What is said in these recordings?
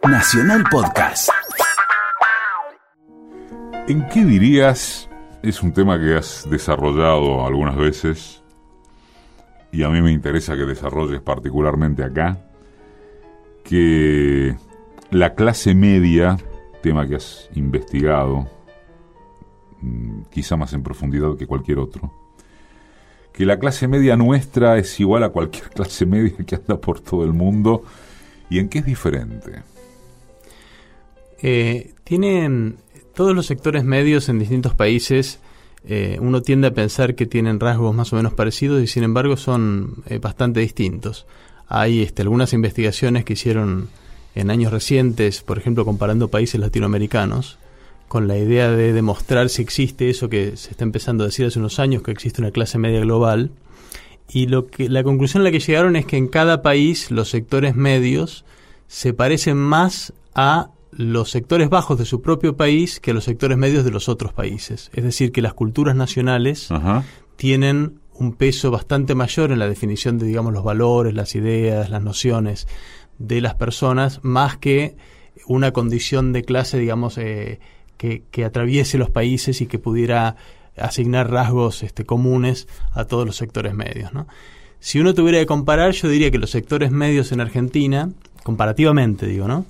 Nacional Podcast. ¿En qué dirías? Es un tema que has desarrollado algunas veces y a mí me interesa que desarrolles particularmente acá, que la clase media, tema que has investigado quizá más en profundidad que cualquier otro, que la clase media nuestra es igual a cualquier clase media que anda por todo el mundo. ¿Y en qué es diferente? Tienen todos los sectores medios en distintos países, uno tiende a pensar que tienen rasgos más o menos parecidos y sin embargo son bastante distintos. Hay algunas investigaciones que hicieron en años recientes, por ejemplo comparando países latinoamericanos, con la idea de demostrar si existe eso que se está empezando a decir hace unos años, que existe una clase media global. Y la conclusión a la que llegaron es que en cada país los sectores medios se parecen más a los sectores bajos de su propio país que a los sectores medios de los otros países. Es decir, que las culturas nacionales tienen un peso bastante mayor en la definición de, digamos, los valores, las ideas, las nociones de las personas, más que una condición de clase, digamos, que atraviese los países y que pudiera asignar rasgos comunes a todos los sectores medios, ¿no? Si uno tuviera que comparar, yo diría que los sectores medios en Argentina, comparativamente digo, ¿no?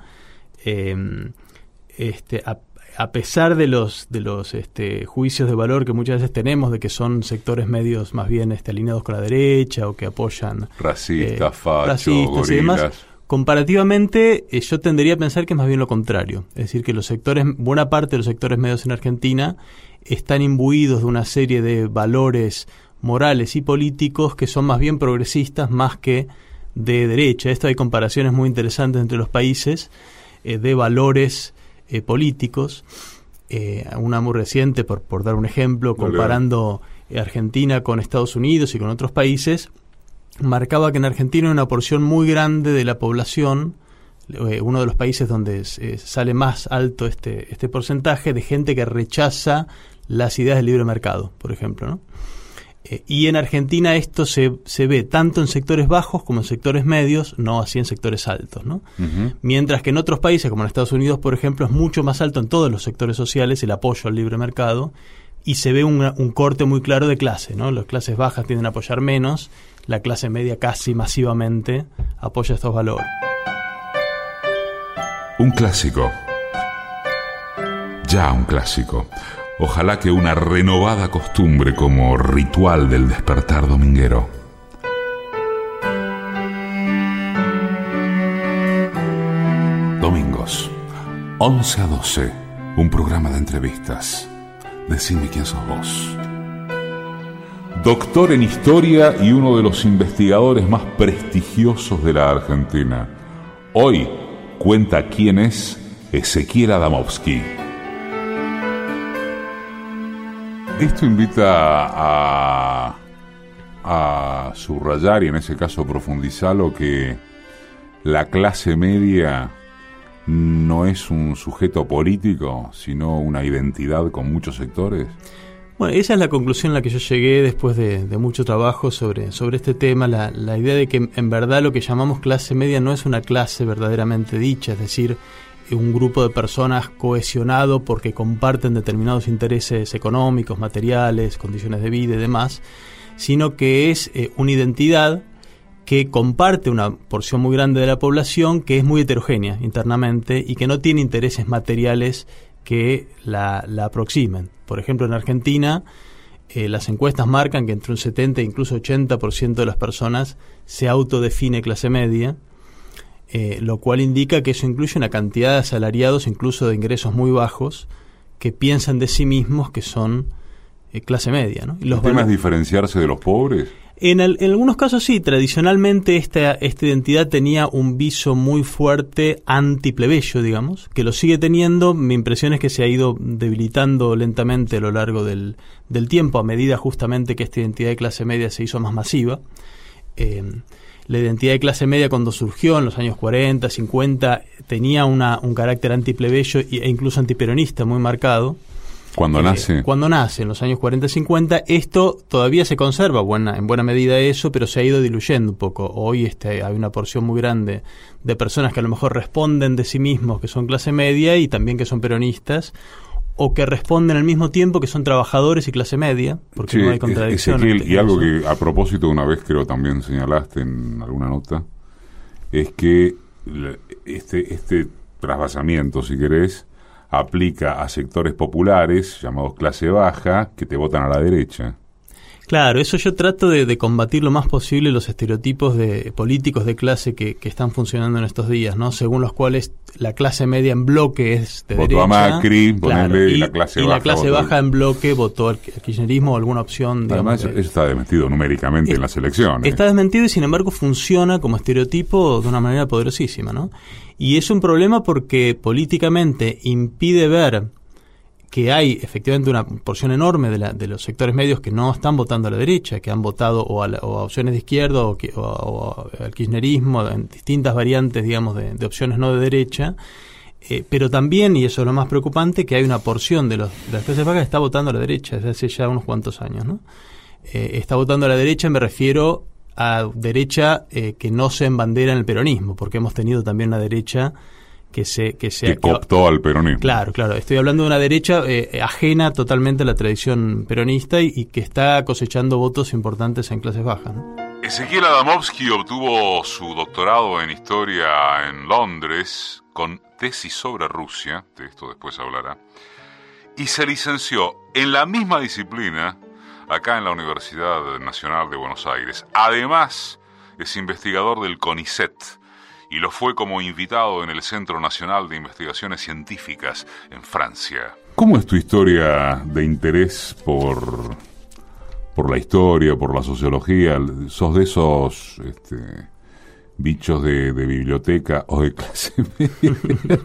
A pesar de los juicios de valor que muchas veces tenemos de que son sectores medios más bien alineados con la derecha o que apoyan racistas, fachos, gorilas y demás, comparativamente yo tendería a pensar que es más bien lo contrario. Es decir, que buena parte de los sectores medios en Argentina están imbuidos de una serie de valores morales y políticos que son más bien progresistas más que de derecha. Esto hay comparaciones muy interesantes entre los países de valores políticos. Una muy reciente, por dar un ejemplo, comparando Argentina con Estados Unidos y con otros países, marcaba que en Argentina hay una porción muy grande de la población, uno de los países donde sale más alto este porcentaje de gente que rechaza las ideas del libre mercado, por ejemplo, ¿no? Y en Argentina esto se ve tanto en sectores bajos como en sectores medios, no así en sectores altos, ¿no? Mientras que en otros países, como en Estados Unidos, por ejemplo, es mucho más alto en todos los sectores sociales el apoyo al libre mercado y se ve un corte muy claro de clase, ¿no? Las clases bajas tienden a apoyar menos, la clase media casi masivamente apoya estos valores. Un clásico. Ya un clásico. Ojalá que una renovada costumbre como ritual del despertar dominguero. Domingos, 11 a 12, un programa de entrevistas. Decime quién sos vos. Doctor en Historia y uno de los investigadores más prestigiosos de la Argentina. Hoy cuenta quién es Ezequiel Adamovsky. Esto invita a subrayar y en ese caso profundizar lo que la clase media no es un sujeto político, sino una identidad con muchos sectores. Bueno, esa es la conclusión a la que yo llegué después de mucho trabajo sobre este tema, la idea de que en verdad lo que llamamos clase media no es una clase verdaderamente dicha, es decir, un grupo de personas cohesionado porque comparten determinados intereses económicos, materiales, condiciones de vida y demás, sino que es una identidad que comparte una porción muy grande de la población que es muy heterogénea internamente y que no tiene intereses materiales que la aproximen. Por ejemplo, en Argentina las encuestas marcan que entre un 70 e incluso 80% de las personas se autodefine clase media, lo cual indica que eso incluye una cantidad de asalariados, incluso de ingresos muy bajos, que piensan de sí mismos que son clase media, ¿no? ¿El tema es diferenciarse de los pobres? En algunos casos sí. Tradicionalmente esta identidad tenía un viso muy fuerte antiplebeyo, digamos, que lo sigue teniendo. Mi impresión es que se ha ido debilitando lentamente a lo largo del tiempo, a medida justamente que esta identidad de clase media se hizo más masiva. La identidad de clase media cuando surgió en los años 40, 50, tenía un carácter antiplebeyo e incluso antiperonista muy marcado. ¿Cuándo nace? Cuando nace, en los años 40-50. Esto todavía se conserva en buena medida eso, pero se ha ido diluyendo un poco. Hoy hay una porción muy grande de personas que a lo mejor responden de sí mismos que son clase media y también que son peronistas, o que responden al mismo tiempo que son trabajadores y clase media, porque Sí, no hay contradicción. Ezequiel, y algo que a propósito una vez creo también señalaste en alguna nota, es que este trasvasamiento, si querés, aplica a sectores populares, llamados clase baja, que te votan a la derecha. Claro, eso yo trato de combatir lo más posible los estereotipos de políticos de clase que están funcionando en estos días, ¿no? Según los cuales la clase media en bloque es de votó derecha. A Macri, claro, y la clase baja. La clase baja en bloque votó al kirchnerismo o alguna opción. Además, eso está desmentido numéricamente en las elecciones. Está desmentido y sin embargo funciona como estereotipo de una manera poderosísima, ¿no? Y es un problema porque políticamente impide ver que hay efectivamente una porción enorme de los sectores medios que no están votando a la derecha, que han votado o a opciones de izquierda o al kirchnerismo, en distintas variantes, digamos, de opciones no de derecha, pero también, y eso es lo más preocupante, que hay una porción de las clases bajas que está votando a la derecha desde hace ya unos cuantos años, ¿no? Está votando a la derecha, me refiero a derecha que no se embandera en el peronismo, porque hemos tenido también una derecha que cooptó al peronismo. Claro, estoy hablando de una derecha ajena totalmente a la tradición peronista y que está cosechando votos importantes en clases bajas, ¿no? Ezequiel Adamovsky obtuvo su doctorado en historia en Londres con tesis sobre Rusia, de esto después hablará, y se licenció en la misma disciplina acá en la Universidad Nacional de Buenos Aires. Además, es investigador del CONICET, y lo fue como invitado en el Centro Nacional de Investigaciones Científicas en Francia. ¿Cómo es tu historia de interés por la historia, por la sociología? ¿Sos de esos bichos de biblioteca o de clase media?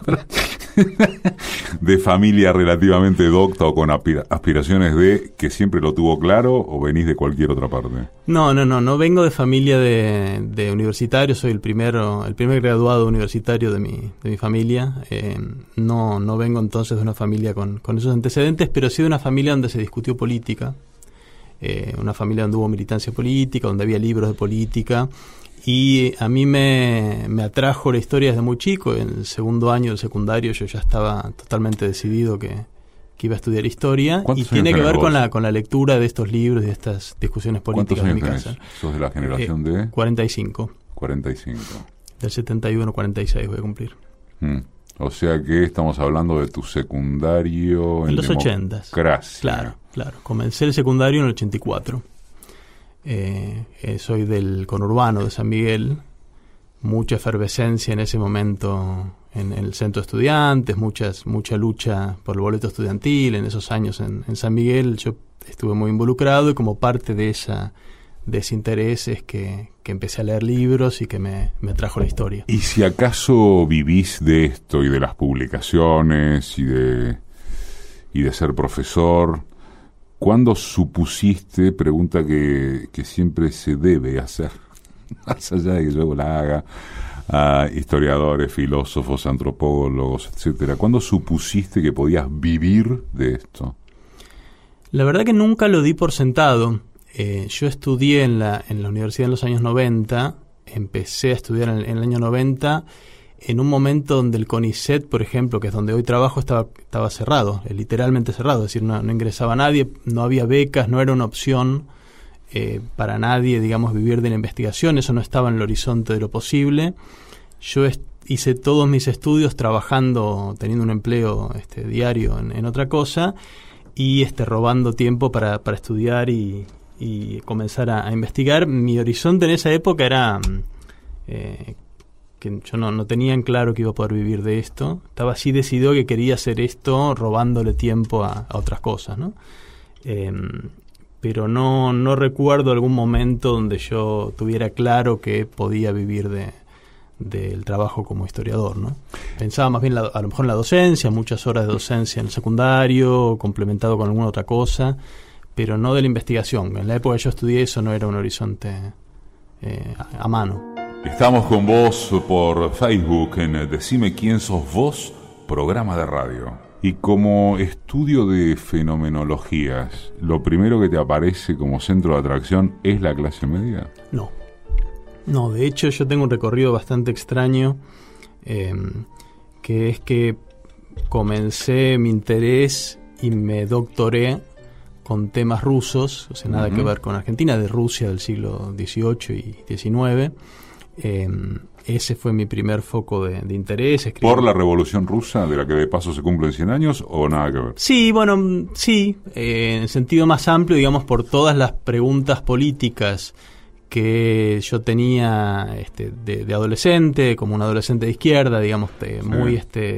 ¿De familia relativamente docta o con aspiraciones de que siempre lo tuvo claro, o venís de cualquier otra parte? No vengo de familia de universitarios, soy el primer graduado universitario de mi familia. No vengo entonces de una familia con esos antecedentes, pero sí de una familia donde se discutió política, una familia donde hubo militancia política, donde había libros de política. Y a mí me atrajo la historia desde muy chico. En el segundo año del secundario yo ya estaba totalmente decidido que iba a estudiar historia, y tiene que ver con la lectura de estos libros y de estas discusiones políticas en mi casa. ¿Cuántos años tenés? ¿Sos de la generación de...? 45. 45. Del 71, 46 voy a cumplir. O sea que estamos hablando de tu secundario en los 80s. Claro. Comencé el secundario en el 84. Soy del conurbano de San Miguel, mucha efervescencia en ese momento en el centro de estudiantes, mucha lucha por el boleto estudiantil en esos años en San Miguel. Yo estuve muy involucrado, y como parte de ese interés es que empecé a leer libros y que me atrajo la historia. Y si acaso vivís de esto y de las publicaciones y de ser profesor, ¿cuándo supusiste, pregunta que siempre se debe hacer, más allá de que yo la haga a historiadores, filósofos, antropólogos, etcétera, ¿cuándo supusiste que podías vivir de esto? La verdad que nunca lo di por sentado. Yo estudié en la universidad en los años 90, empecé a estudiar en el año 90, en un momento donde el CONICET, por ejemplo, que es donde hoy trabajo, estaba cerrado, literalmente cerrado, es decir, no ingresaba nadie, no había becas, no era una opción para nadie, digamos, vivir de la investigación, eso no estaba en el horizonte de lo posible. Yo hice todos mis estudios trabajando, teniendo un empleo diario en otra cosa, y robando tiempo para estudiar y comenzar a investigar. Mi horizonte en esa época era que yo no tenía en claro que iba a poder vivir de esto. Estaba así decidido que quería hacer esto robándole tiempo a otras cosas, ¿no? Pero no recuerdo algún momento donde yo tuviera claro que podía vivir del trabajo como historiador, ¿no? Pensaba más bien a lo mejor en la docencia, muchas horas de docencia en el secundario, complementado con alguna otra cosa, pero no de la investigación. En la época que yo estudié eso no era un horizonte a mano. Estamos con vos por Facebook en Decime quién sos vos, programa de radio. Y como estudio de fenomenologías, ¿lo primero que te aparece como centro de atracción es la clase media? No, de hecho yo tengo un recorrido bastante extraño, que es que comencé mi interés y me doctoré con temas rusos, o sea, nada que ver con Argentina, de Rusia del siglo XVIII y XIX. Ese fue mi primer foco de interés. ¿Por la Revolución Rusa, de la que de paso se cumplen 100 años, o nada que ver? Sí, bueno, sí, en sentido más amplio, digamos, por todas las preguntas políticas que yo tenía de adolescente, como un adolescente de izquierda, digamos, muy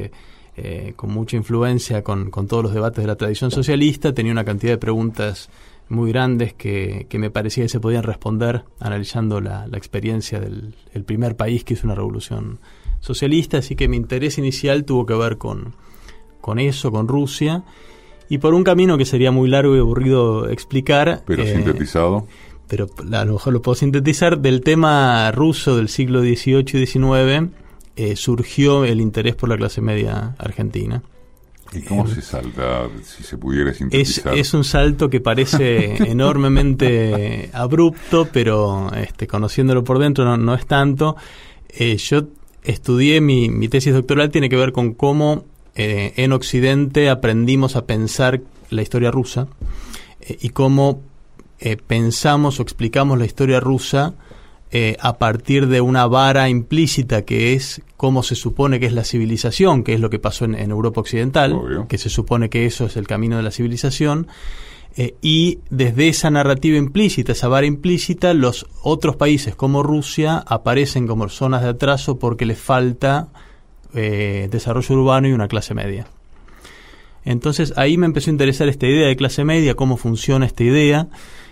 con mucha influencia con todos los debates de la tradición socialista. Tenía una cantidad de preguntas muy grandes que me parecía que se podían responder analizando la experiencia del primer país que hizo una revolución socialista, así que mi interés inicial tuvo que ver con eso, con Rusia, y por un camino que sería muy largo y aburrido explicar. Pero sintetizado. Pero a lo mejor lo puedo sintetizar. Del tema ruso del siglo XVIII y XIX surgió el interés por la clase media argentina. ¿Y cómo se salta, si se pudiera sintetizar? Es un salto que parece enormemente abrupto, pero conociéndolo por dentro no es tanto. Yo estudié, mi tesis doctoral tiene que ver con cómo en Occidente aprendimos a pensar la historia rusa y cómo pensamos o explicamos la historia rusa a partir de una vara implícita que es cómo se supone que es la civilización, que es lo que pasó en Europa Occidental. Obvio. Que se supone que eso es el camino de la civilización, y desde esa narrativa implícita, esa vara implícita, los otros países como Rusia aparecen como zonas de atraso porque les falta desarrollo urbano y una clase media. Entonces ahí me empezó a interesar esta idea de clase media, cómo funciona esta idea.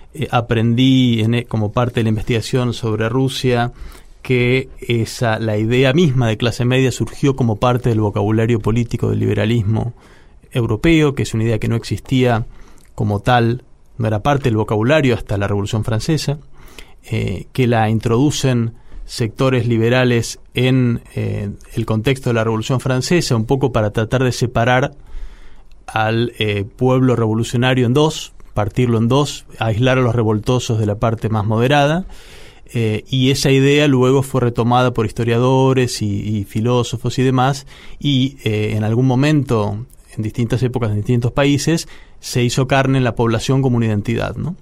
Aprendí como parte de la investigación sobre Rusia que la idea misma de clase media surgió como parte del vocabulario político del liberalismo europeo, que es una idea que no existía como tal, no era parte del vocabulario hasta la Revolución Francesa, que la introducen sectores liberales en el contexto de la Revolución Francesa, un poco para tratar de separar al pueblo revolucionario en dos, partirlo en dos, aislar a los revoltosos de la parte más moderada, y esa idea luego fue retomada por historiadores y filósofos y demás, y en algún momento, en distintas épocas, en distintos países, se hizo carne en la población como una identidad, ¿no?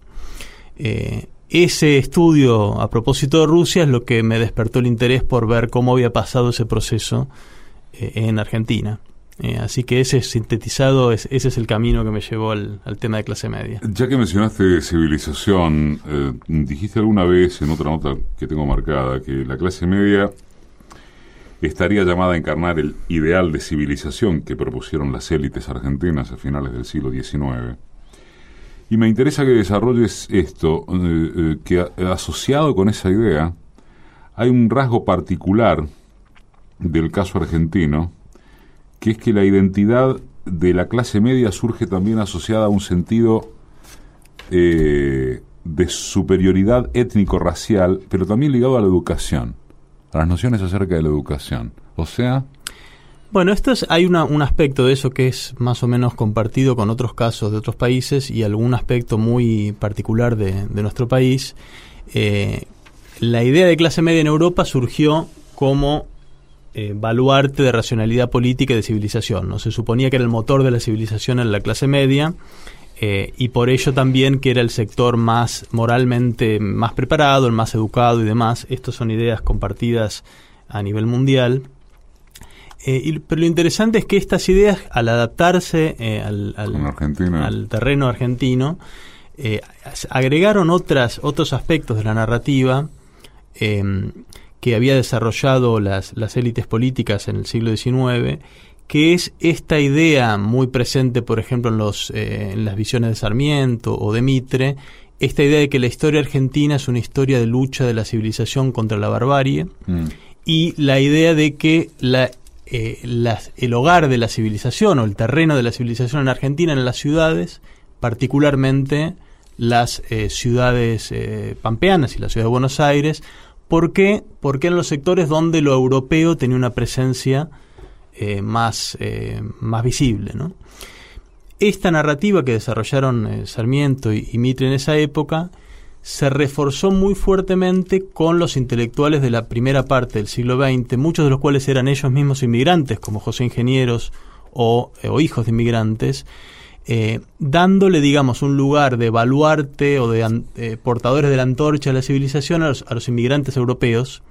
Ese estudio a propósito de Rusia es lo que me despertó el interés por ver cómo había pasado ese proceso en Argentina. Así que ese sintetizado, ese es el camino que me llevó al tema de clase media. Ya que mencionaste civilización, dijiste alguna vez en otra nota que tengo marcada que la clase media estaría llamada a encarnar el ideal de civilización que propusieron las élites argentinas a finales del siglo XIX. Y me interesa que desarrolles esto, que asociado con esa idea hay un rasgo particular del caso argentino, que es que la identidad de la clase media surge también asociada a un sentido de superioridad étnico-racial, pero también ligado a la educación, a las nociones acerca de la educación. O sea... Bueno, hay un aspecto de eso que es más o menos compartido con otros casos de otros países y algún aspecto muy particular de nuestro país. La idea de clase media en Europa surgió como baluarte de racionalidad política y de civilización, ¿no? Se suponía que era el motor de la civilización en la clase media, y por ello también que era el sector más moralmente más preparado, el más educado y demás. Estas son ideas compartidas a nivel mundial. Pero lo interesante es que estas ideas, al adaptarse al terreno argentino, agregaron otros aspectos de la narrativa que había desarrollado las élites políticas en el siglo XIX, que es esta idea muy presente, por ejemplo, en las visiones de Sarmiento o de Mitre, esta idea de que la historia argentina es una historia de lucha de la civilización contra la barbarie, y la idea de que el hogar de la civilización o el terreno de la civilización en Argentina, en las ciudades, particularmente las ciudades pampeanas y la ciudad de Buenos Aires. ¿Por qué? Porque en los sectores donde lo europeo tenía una presencia más visible, ¿no? Esta narrativa que desarrollaron Sarmiento y Mitre en esa época se reforzó muy fuertemente con los intelectuales de la primera parte del siglo XX, muchos de los cuales eran ellos mismos inmigrantes, como José Ingenieros o hijos de inmigrantes, dándole, digamos, un lugar de baluarte o de portadores de la antorcha de la civilización a los inmigrantes europeos,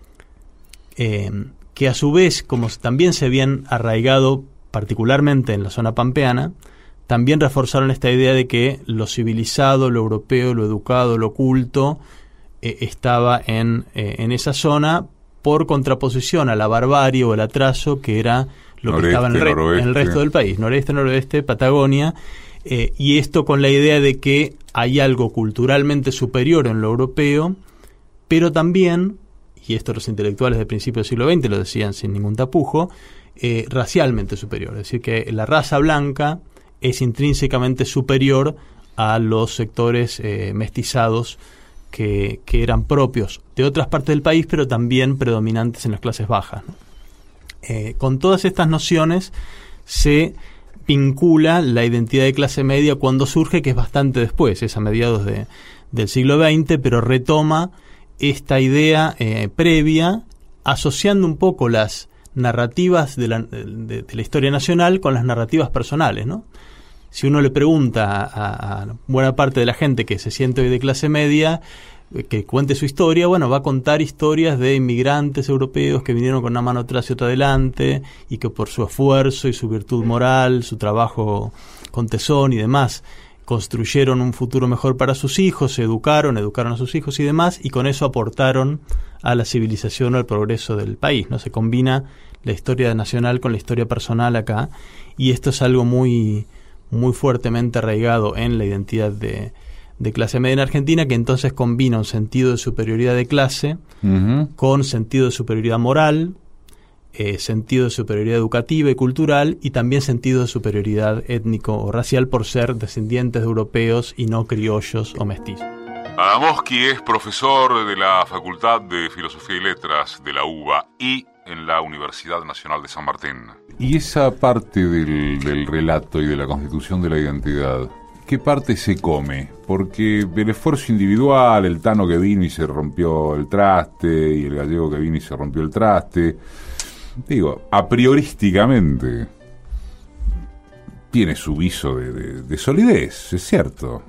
que a su vez, como también se habían arraigado particularmente en la zona pampeana, también reforzaron esta idea de que lo civilizado, lo europeo, lo educado, lo culto, estaba en esa zona, por contraposición a la barbarie o el atraso que era lo que estaba en el resto del país, noreste, noroeste, Patagonia, y esto con la idea de que hay algo culturalmente superior en lo europeo, pero también, y esto los intelectuales del principio del siglo XX lo decían sin ningún tapujo, racialmente superior, es decir, que la raza blanca es intrínsecamente superior a los sectores mestizados que eran propios de otras partes del país, pero también predominantes en las clases bajas, ¿no? Con todas estas nociones se vincula la identidad de clase media cuando surge, que es bastante después, es a mediados del siglo XX, pero retoma esta idea previa, asociando un poco las narrativas de la historia nacional con las narrativas personales, ¿no? Si uno le pregunta a buena parte de la gente que se siente hoy de clase media, que cuente su historia, bueno, va a contar historias de inmigrantes europeos que vinieron con una mano atrás y otra adelante, y que por su esfuerzo y su virtud moral, su trabajo con tesón y demás, construyeron un futuro mejor para sus hijos, se educaron a sus hijos y demás, y con eso aportaron a la civilización o al progreso del país, ¿no? Se combina la historia nacional con la historia personal acá, y esto es algo muy fuertemente arraigado en la identidad de clase media en Argentina, que entonces combina un sentido de superioridad de clase con sentido de superioridad moral, sentido de superioridad educativa y cultural, y también sentido de superioridad étnico o racial por ser descendientes de europeos y no criollos o mestizos. Adamowski es profesor de la Facultad de Filosofía y Letras de la UBA y en la Universidad Nacional de San Martín. Y esa parte del relato y de la constitución de la identidad, ¿qué parte se come? Porque el esfuerzo individual, el tano que vino y se rompió el traste, y el gallego que vino y se rompió el traste, digo, a priorísticamente tiene su viso de solidez, es cierto.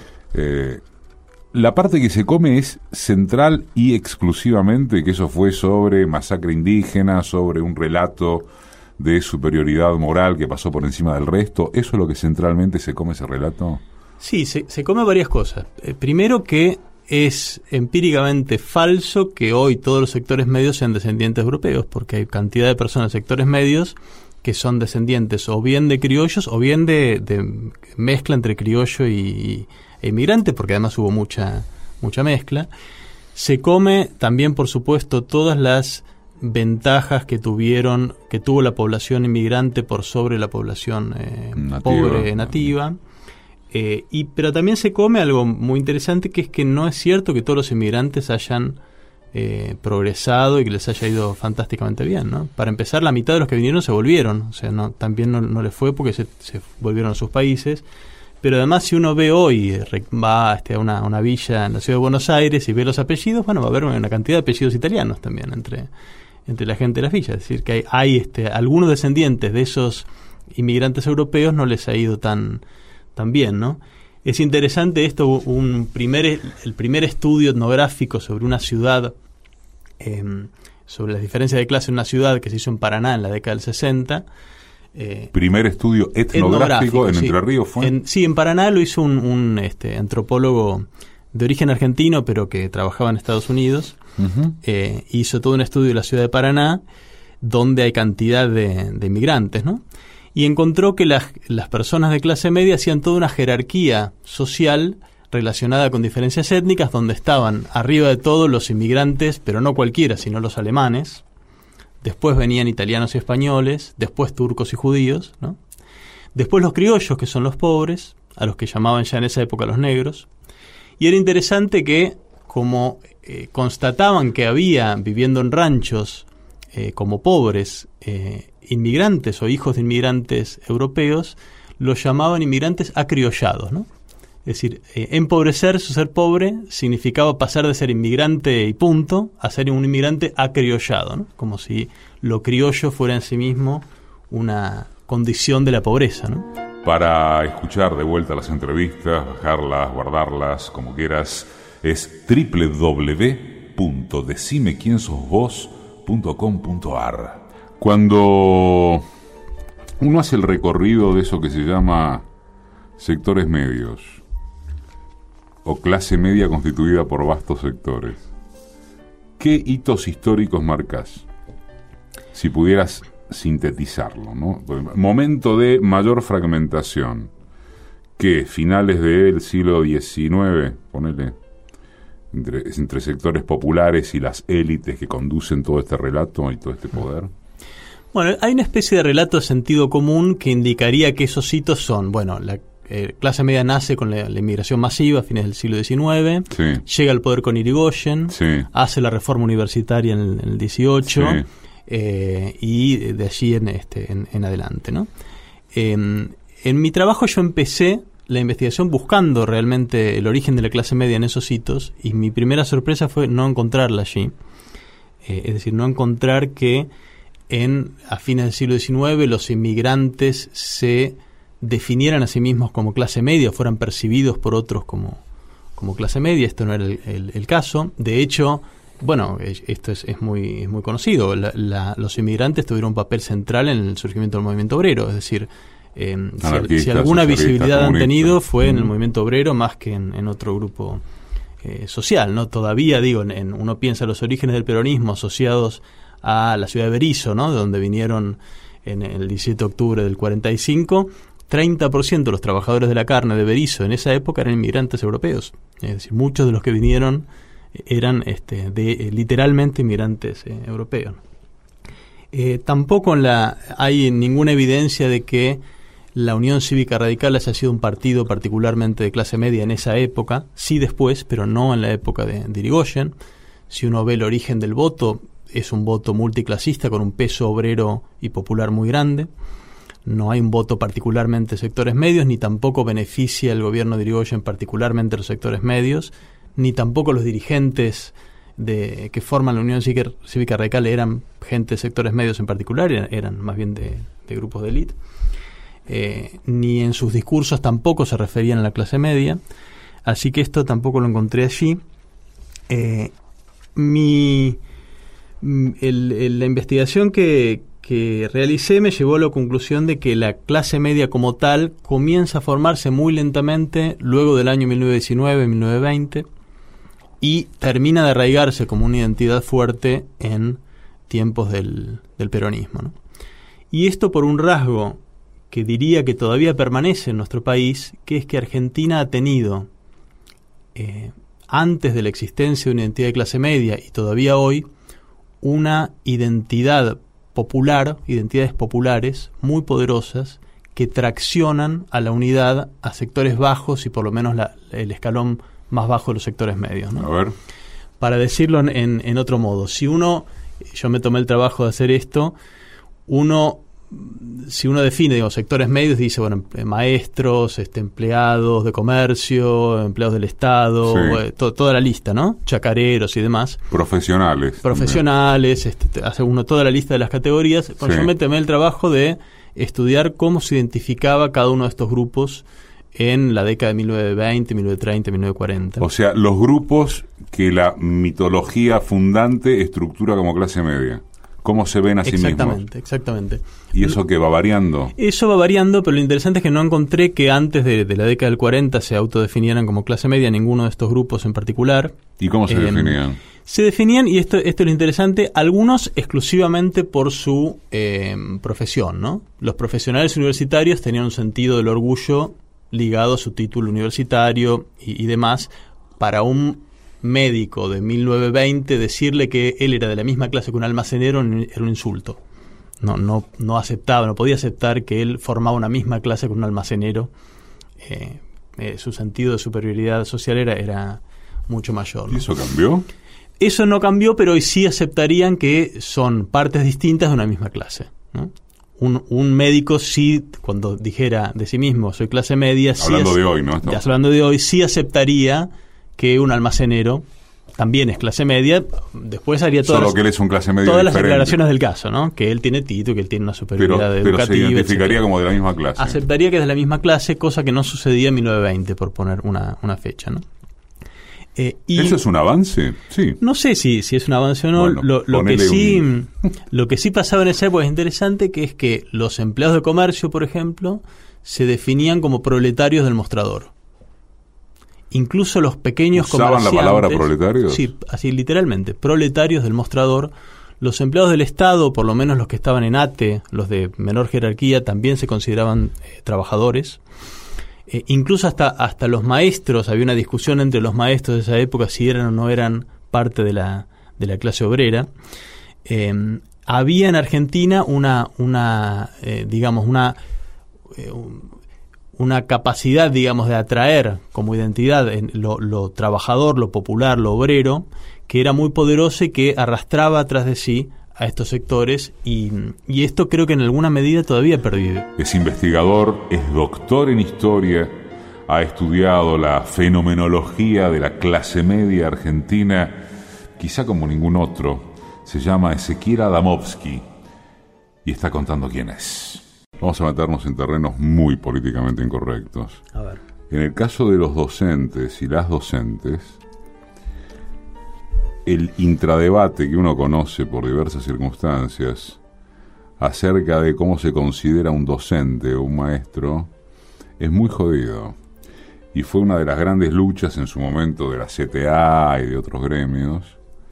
La parte que se come es central y exclusivamente que eso fue sobre masacre indígena, sobre un relato de superioridad moral que pasó por encima del resto. ¿Eso es lo que centralmente se come ese relato? Sí, se come varias cosas. Primero, que es empíricamente falso que hoy todos los sectores medios sean descendientes europeos, porque hay cantidad de personas, sectores medios, que son descendientes o bien de criollos o bien de mezcla entre criollo e inmigrante, porque además hubo mucha mezcla. Se come también, por supuesto, todas las ventajas que tuvo la población inmigrante por sobre la población pobre nativa. Pero también se come algo muy interesante, que es que no es cierto que todos los inmigrantes hayan progresado y que les haya ido fantásticamente bien, ¿no? Para empezar, la mitad de los que vinieron se volvieron, o sea, también no les fue porque se volvieron a sus países. Pero además, si uno ve hoy, va a una villa en la ciudad de Buenos Aires y ve los apellidos, bueno, va a haber una cantidad de apellidos italianos también entre la gente de las villas. Es decir, que hay algunos descendientes de esos inmigrantes europeos no les ha ido tan bien, ¿no? Es interesante esto, el primer estudio etnográfico sobre una ciudad, sobre las diferencias de clase en una ciudad, que se hizo en Paraná en la década del 60. Primer estudio etnográfico en Entre Ríos fue. En Paraná lo hizo un antropólogo de origen argentino, pero que trabajaba en Estados Unidos. Hizo todo un estudio de la ciudad de Paraná, donde hay cantidad de inmigrantes, ¿no? Y encontró que las personas de clase media hacían toda una jerarquía social relacionada con diferencias étnicas, donde estaban arriba de todo los inmigrantes, pero no cualquiera, sino los alemanes. Después venían italianos y españoles, después turcos y judíos, ¿no? Después los criollos, que son los pobres, a los que llamaban ya en esa época los negros. Y era interesante que, como constataban que había, viviendo en ranchos, como pobres inmigrantes o hijos de inmigrantes europeos, los llamaban inmigrantes acriollados, ¿no? Es decir, empobrecerse o ser pobre significaba pasar de ser inmigrante y punto a ser un inmigrante acriollado, ¿no? Como si lo criollo fuera en sí mismo una condición de la pobreza, ¿no? Para escuchar de vuelta las entrevistas, bajarlas, guardarlas, como quieras, es www.decimequiensosvos.com.ar. Cuando uno hace el recorrido de eso que se llama sectores medios, o clase media constituida por vastos sectores, ¿qué hitos históricos marcás? Si pudieras sintetizarlo, ¿no? Momento de mayor fragmentación, que finales del siglo XIX, ponele, entre sectores populares y las élites que conducen todo este relato y todo este poder. Bueno, hay una especie de relato de sentido común que indicaría que esos hitos son, bueno, la clase media nace con la inmigración masiva a fines del siglo XIX, sí, llega al poder con Irigoyen, sí, hace la reforma universitaria en el 18, sí, y de allí en adelante, ¿no? En mi trabajo yo empecé la investigación buscando realmente el origen de la clase media en esos hitos, y mi primera sorpresa fue no encontrarla allí. Es decir, no encontrar que a fines del siglo XIX los inmigrantes se definieran a sí mismos como clase media, fueran percibidos por otros como clase media. Esto no era el caso. De hecho, bueno, esto es muy conocido. Los inmigrantes tuvieron un papel central en el surgimiento del movimiento obrero. Es decir, si alguna visibilidad han tenido fue en el movimiento obrero más que en otro grupo social, ¿no? Todavía, digo, uno piensa en los orígenes del peronismo asociados a la ciudad de Berisso, ¿no? De donde vinieron en el 17 de octubre del 45, 30% de los trabajadores de la carne de Berisso en esa época eran inmigrantes europeos. Es decir, muchos de los que vinieron eran literalmente inmigrantes europeos. Tampoco hay ninguna evidencia de que la Unión Cívica Radical haya sido un partido particularmente de clase media en esa época, sí después, pero no en la época de Irigoyen. Si uno ve el origen del voto, es un voto multiclasista con un peso obrero y popular muy grande. No hay un voto particularmente de sectores medios, ni tampoco beneficia el gobierno de Irigoyen particularmente los sectores medios, ni tampoco los dirigentes que forman la Unión Cívica Radical eran gente de sectores medios en particular, eran más bien de grupos de élite. Ni en sus discursos tampoco se referían a la clase media, así que esto tampoco lo encontré allí. La investigación que realicé me llevó a la conclusión de que la clase media como tal comienza a formarse muy lentamente luego del año 1919-1920 y termina de arraigarse como una identidad fuerte en tiempos del peronismo, ¿no? Y esto por un rasgo que diría que todavía permanece en nuestro país, que es que Argentina ha tenido, antes de la existencia de una identidad de clase media y todavía hoy, una identidad popular, identidades populares muy poderosas que traccionan a la unidad a sectores bajos y por lo menos el escalón más bajo de los sectores medios, ¿no? A ver. Para decirlo en otro modo, yo me tomé el trabajo de hacer esto, si uno define, sectores medios, dice, bueno, maestros, empleados de comercio, empleados del Estado, sí, toda la lista, ¿no? Chacareros y demás. Profesionales, hace uno toda la lista de las categorías. Sí. Yo me tomé el trabajo de estudiar cómo se identificaba cada uno de estos grupos en la década de 1920, 1930, 1940. O sea, los grupos que la mitología fundante estructura como clase media. ¿Cómo se ven a sí mismos? Exactamente. ¿Y eso qué va variando? Eso va variando, pero lo interesante es que no encontré que antes de la década del 40 se autodefinieran como clase media ninguno de estos grupos en particular. ¿Y cómo se definían? Se definían, y esto es lo interesante, algunos exclusivamente por su profesión, ¿no? Los profesionales universitarios tenían un sentido del orgullo ligado a su título universitario y demás. Para un médico de 1920 decirle que él era de la misma clase que un almacenero era un insulto. No podía aceptar que él formaba una misma clase con un almacenero. Su sentido de superioridad social era mucho mayor, ¿no? ¿Y eso cambió? Eso no cambió, pero hoy sí aceptarían que son partes distintas de una misma clase, ¿no? Un médico sí, cuando dijera de sí mismo soy clase media, hablando de hoy, ¿no? Hablando de hoy, sí aceptaría que un almacenero también es clase media. Después haría solo que él es un clase media todas diferente. Las declaraciones del caso, ¿no? Que él tiene título, que él tiene una superioridad educativa. Pero se identificaría etcétera. como de la misma clase. Aceptaría que es de la misma clase, cosa que no sucedía en 1920, por poner una fecha, ¿no? ¿Eso es un avance? Sí. No sé si es un avance o no. Bueno, lo que sí pasaba en esa época es interesante, que es que los empleados de comercio, por ejemplo, se definían como proletarios del mostrador. Incluso los pequeños comerciantes... ¿Usaban la palabra proletarios? Sí, así literalmente, proletarios del mostrador. Los empleados del Estado, por lo menos los que estaban en ATE, los de menor jerarquía, también se consideraban trabajadores. Incluso hasta los maestros, había una discusión entre los maestros de esa época si eran o no eran parte de la clase obrera. Había en Argentina una capacidad, digamos, de atraer como identidad en lo trabajador, lo popular, lo obrero, que era muy poderosa y que arrastraba atrás de sí a estos sectores, y esto creo que en alguna medida todavía pervive. Es investigador, es doctor en historia, ha estudiado la fenomenología de la clase media argentina, quizá como ningún otro. Se llama Ezequiel Adamovsky y está contando quién es. Vamos a meternos en terrenos muy políticamente incorrectos. A ver. En el caso de los docentes y las docentes, el intradebate que uno conoce por diversas circunstancias acerca de cómo se considera un docente o un maestro es muy jodido, y fue una de las grandes luchas en su momento de la CTA y de otros gremios,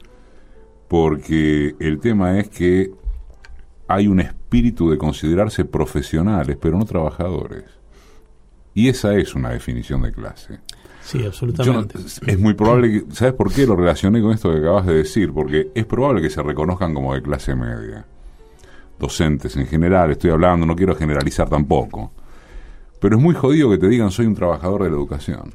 porque el tema es que hay un espíritu de considerarse profesionales pero no trabajadores, y esa es una definición de clase. Sí, absolutamente. Es muy probable que... ¿Sabes por qué lo relacioné con esto que acabas de decir? Porque es probable que se reconozcan como de clase media. Docentes en general, estoy hablando, no quiero generalizar tampoco. Pero es muy jodido que te digan soy un trabajador de la educación.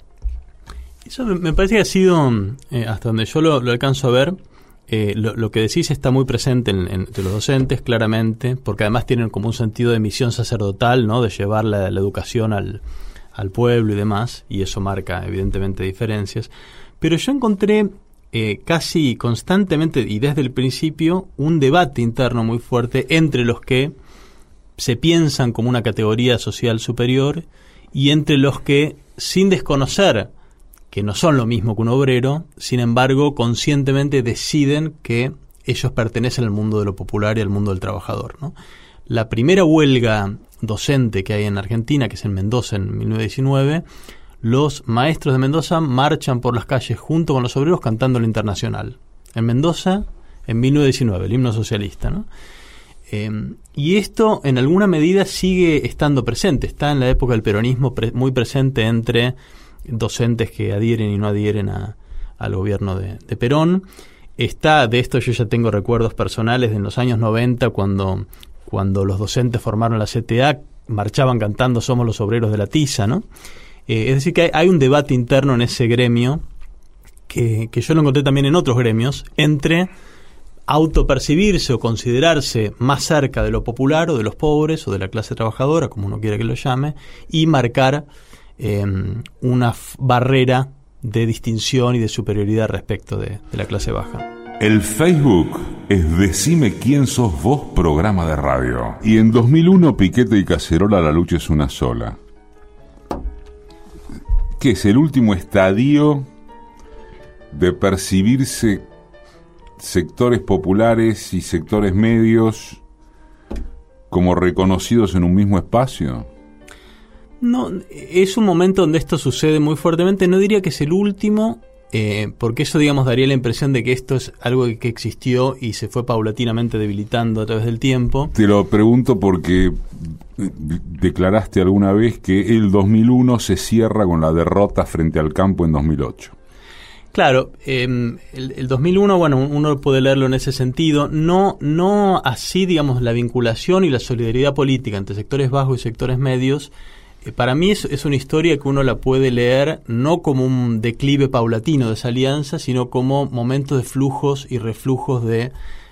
Eso me parece que ha sido, hasta donde yo lo alcanzo a ver, lo que decís está muy presente entre los docentes, claramente, porque además tienen como un sentido de misión sacerdotal, ¿no? De llevar la educación al pueblo y demás, y eso marca evidentemente diferencias. Pero yo encontré casi constantemente y desde el principio un debate interno muy fuerte entre los que se piensan como una categoría social superior y entre los que, sin desconocer que no son lo mismo que un obrero, sin embargo conscientemente deciden que ellos pertenecen al mundo de lo popular y al mundo del trabajador, ¿no? La primera huelga docente que hay en Argentina, que es en Mendoza en 1919, los maestros de Mendoza marchan por las calles junto con los obreros cantando el Internacional. En Mendoza, en 1919, el himno socialista, ¿no? Y esto en alguna medida sigue estando presente, está en la época del peronismo muy presente entre docentes que adhieren y no adhieren al gobierno de Perón. Está, de esto yo ya tengo recuerdos personales de en los años 90 cuando los docentes formaron la CTA, marchaban cantando Somos los obreros de la tiza, ¿no? Es decir, que hay un debate interno en ese gremio que yo lo encontré también en otros gremios, entre autopercibirse o considerarse más cerca de lo popular o de los pobres o de la clase trabajadora, como uno quiera que lo llame, y marcar una barrera de distinción y de superioridad respecto de la clase baja. El Facebook es Decime quién sos vos, programa de radio. Y en 2001 Piquete y Cacerola, la lucha es una sola. ¿Qué es el último estadio de percibirse sectores populares y sectores medios como reconocidos en un mismo espacio? No, es un momento donde esto sucede muy fuertemente. No diría que es el último, porque eso, digamos, daría la impresión de que esto es algo que existió y se fue paulatinamente debilitando a través del tiempo. Te lo pregunto porque declaraste alguna vez que el 2001 se cierra con la derrota frente al campo en 2008. Claro, el 2001, bueno, uno puede leerlo en ese sentido, no así, digamos, la vinculación y la solidaridad política entre sectores bajos y sectores medios Para mí es una historia que uno la puede leer no como un declive paulatino de esa alianza, sino como momentos de flujos y reflujos de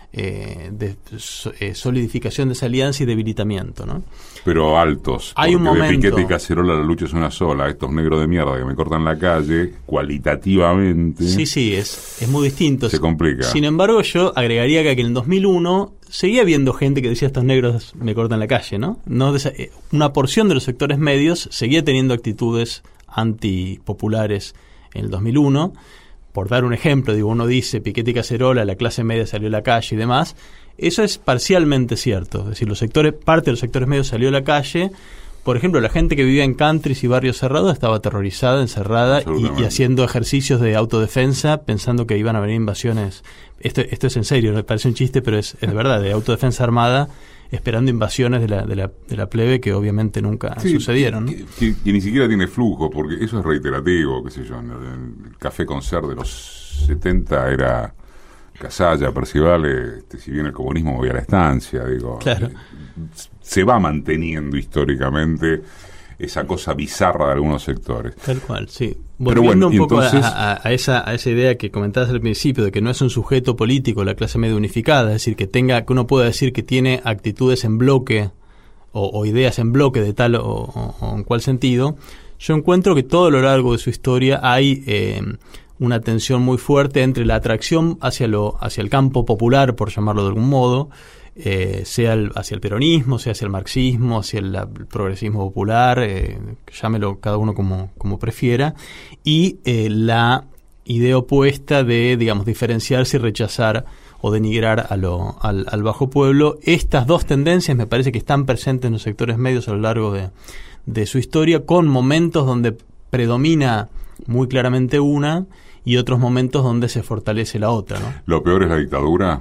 solidificación de esa alianza y debilitamiento, ¿no? Pero altos. Hay un momento. De Piquete y Cacerola la lucha es una sola. Estos negros de mierda que me cortan la calle, cualitativamente. Sí, es muy distinto. Se complica. Sin embargo, yo agregaría que en el 2001 seguía habiendo gente que decía estos negros me cortan la calle, ¿no? Una porción de los sectores medios seguía teniendo actitudes antipopulares en el 2001. Por dar un ejemplo, uno dice Piquete y Cacerola, la clase media salió a la calle y demás. Eso es parcialmente cierto. Es decir, parte de los sectores medios salió a la calle. Por ejemplo, la gente que vivía en countries y barrios cerrados estaba aterrorizada, encerrada y haciendo ejercicios de autodefensa, pensando que iban a venir invasiones. Esto es en serio, me parece un chiste, pero es de verdad, de autodefensa armada, esperando invasiones de la plebe que obviamente nunca sucedieron, ¿no? Que ni siquiera tiene flujo, porque eso es reiterativo, qué sé yo. El Café Concert de los 70 era Casalla, Percival, si bien el comunismo movía la estancia, claro. Se va manteniendo históricamente esa cosa bizarra de algunos sectores. Tal cual, sí. Volviendo un poco entonces, a esa idea que comentabas al principio, de que no es un sujeto político la clase media unificada, es decir, que uno pueda decir que tiene actitudes en bloque o ideas en bloque de tal o en cual sentido, yo encuentro que todo lo largo de su historia hay una tensión muy fuerte entre la atracción hacia el campo popular, por llamarlo de algún modo, sea hacia el peronismo, sea hacia el marxismo, hacia el progresismo popular, llámelo cada uno como prefiera, y la idea opuesta de, diferenciarse y rechazar o denigrar al bajo pueblo. Estas dos tendencias me parece que están presentes en los sectores medios a lo largo de su historia, con momentos donde predomina muy claramente una y otros momentos donde se fortalece la otra, ¿no? ¿Lo peor es la dictadura?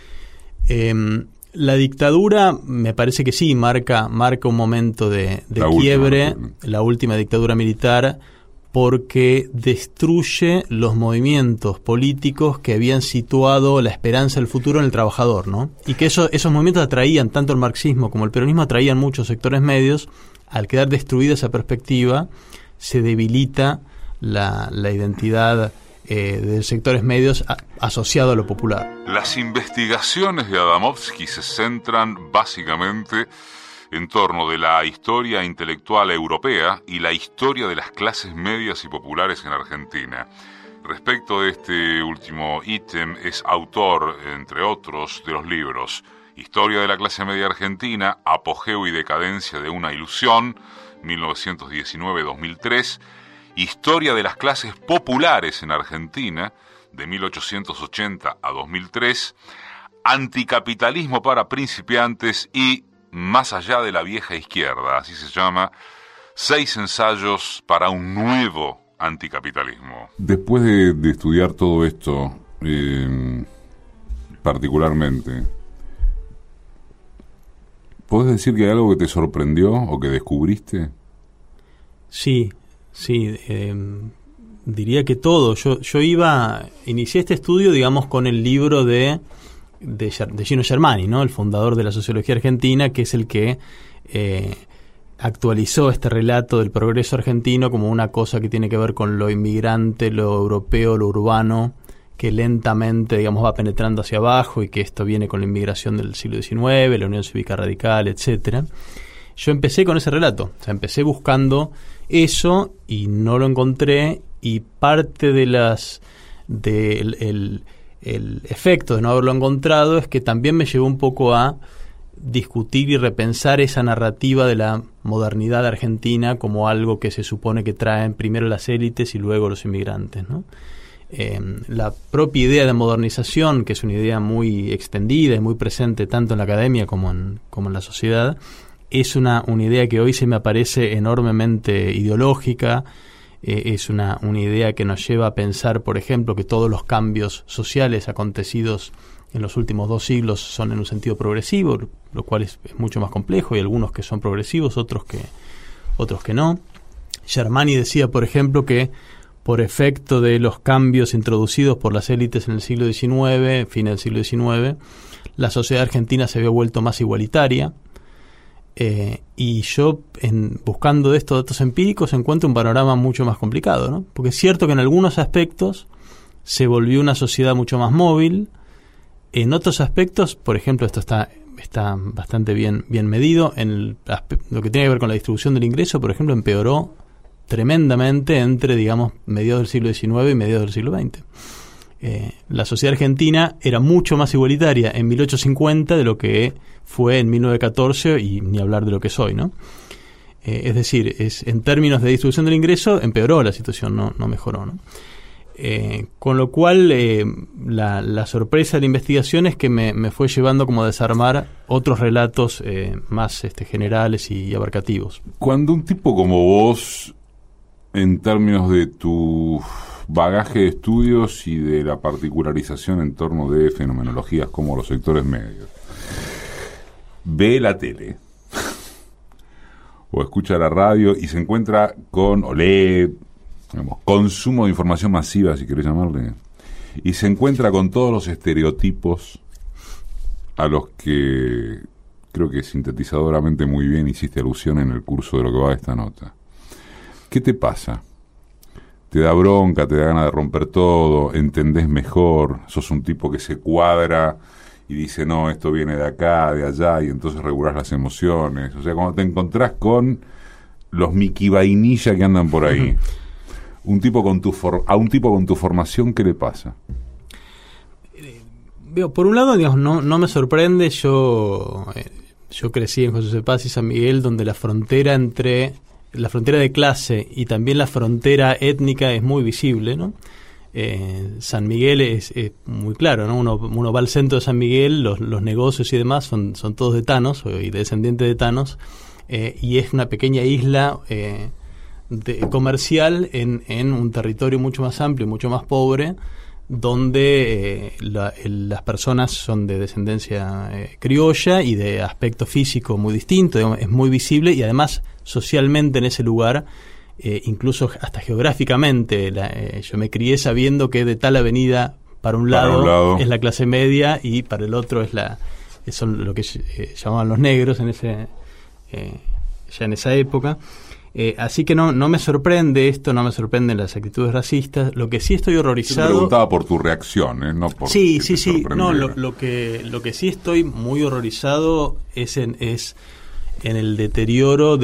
La dictadura me parece que sí, marca un momento de quiebre, la última dictadura militar, porque destruye los movimientos políticos que habían situado la esperanza del futuro en el trabajador, ¿no? Y que esos movimientos atraían, tanto el marxismo como el peronismo atraían muchos sectores medios. Al quedar destruida esa perspectiva, se debilita la identidad de sectores medios asociado a lo popular. Las investigaciones de Adamovsky se centran básicamente en torno de la historia intelectual europea y la historia de las clases medias y populares en Argentina. Respecto de este último ítem, es autor, entre otros, de los libros Historia de la clase media argentina, Apogeo y decadencia de una ilusión, 1919-2003, Historia de las clases populares en Argentina, de 1880 a 2003, Anticapitalismo para principiantes y Más allá de la vieja izquierda, así se llama, 6 ensayos para un nuevo anticapitalismo. Después de estudiar todo esto, particularmente, ¿podés decir que hay algo que te sorprendió o que descubriste? Sí, diría que todo. Yo inicié este estudio, con el libro de Gino Germani, ¿no? El fundador de la sociología argentina, que es el que actualizó este relato del progreso argentino como una cosa que tiene que ver con lo inmigrante, lo europeo, lo urbano, que lentamente, va penetrando hacia abajo, y que esto viene con la inmigración del siglo XIX, la Unión Cívica Radical, etcétera. Yo empecé con ese relato, empecé buscando eso y no lo encontré, y parte el efecto de no haberlo encontrado es que también me llevó un poco a discutir y repensar esa narrativa de la modernidad argentina como algo que se supone que traen primero las élites y luego los inmigrantes, ¿no? La propia idea de modernización, que es una idea muy extendida y muy presente tanto en la academia como en la sociedad, es una idea que hoy se me aparece enormemente ideológica. Es una idea que nos lleva a pensar, por ejemplo, que todos los cambios sociales acontecidos en los últimos 2 siglos son en un sentido progresivo, lo cual es mucho más complejo. Hay algunos que son progresivos, otros que no. Germani decía, por ejemplo, que por efecto de los cambios introducidos por las élites en el siglo XIX, fin del siglo XIX, la sociedad argentina se había vuelto más igualitaria. Y yo, buscando de estos datos empíricos, encuentro un panorama mucho más complicado, ¿no? Porque es cierto que en algunos aspectos se volvió una sociedad mucho más móvil. En otros aspectos, por ejemplo, esto está bastante bien medido. Lo que tiene que ver con la distribución del ingreso, por ejemplo, empeoró tremendamente entre, digamos, mediados del siglo XIX y mediados del siglo XX. La sociedad argentina era mucho más igualitaria en 1850 de lo que fue en 1914 y ni hablar de lo que es hoy, ¿no? Es decir, en términos de distribución del ingreso empeoró la situación, no mejoró, ¿no? Con lo cual la sorpresa de la investigación es que me fue llevando como a desarmar otros relatos más generales y abarcativos. Cuando un tipo como vos, en términos de tu bagaje de estudios y de la particularización en torno de fenomenologías como los sectores medios, ve la tele o escucha la radio y se encuentra o lee, digamos, consumo de información masiva, si querés llamarle, y se encuentra con todos los estereotipos a los que creo que sintetizadoramente muy bien hiciste alusión en el curso de lo que va de esta nota. ¿Qué te pasa? ¿Te da bronca, te da ganas de romper todo, entendés mejor, sos un tipo que se cuadra y dice, no, esto viene de acá, de allá, y entonces regulás las emociones? O sea, cuando te encontrás con los Mickey Vainilla que andan por ahí, a un tipo con tu formación, ¿qué le pasa? Por un lado, digamos, no me sorprende. Yo crecí en José Paz y San Miguel, donde la frontera de clase y también la frontera étnica es muy visible, ¿no? San Miguel es muy claro, ¿no? Uno va al centro de San Miguel, los negocios y demás son todos de tanos y descendientes de tanos, y es una pequeña isla comercial en un territorio mucho más amplio, mucho más pobre, donde las personas son de descendencia criolla y de aspecto físico muy distinto, digamos, es muy visible, y además socialmente en ese lugar, incluso hasta geográficamente, yo me crié sabiendo que de tal avenida para un lado es la clase media y para el otro son lo que llamaban los negros ya en esa época. Así que no me sorprende esto, no me sorprenden las actitudes racistas. Lo que sí estoy horrorizado... Te preguntaba por tu reacción, no por... Sí. No, lo que sí estoy muy horrorizado es en el deterioro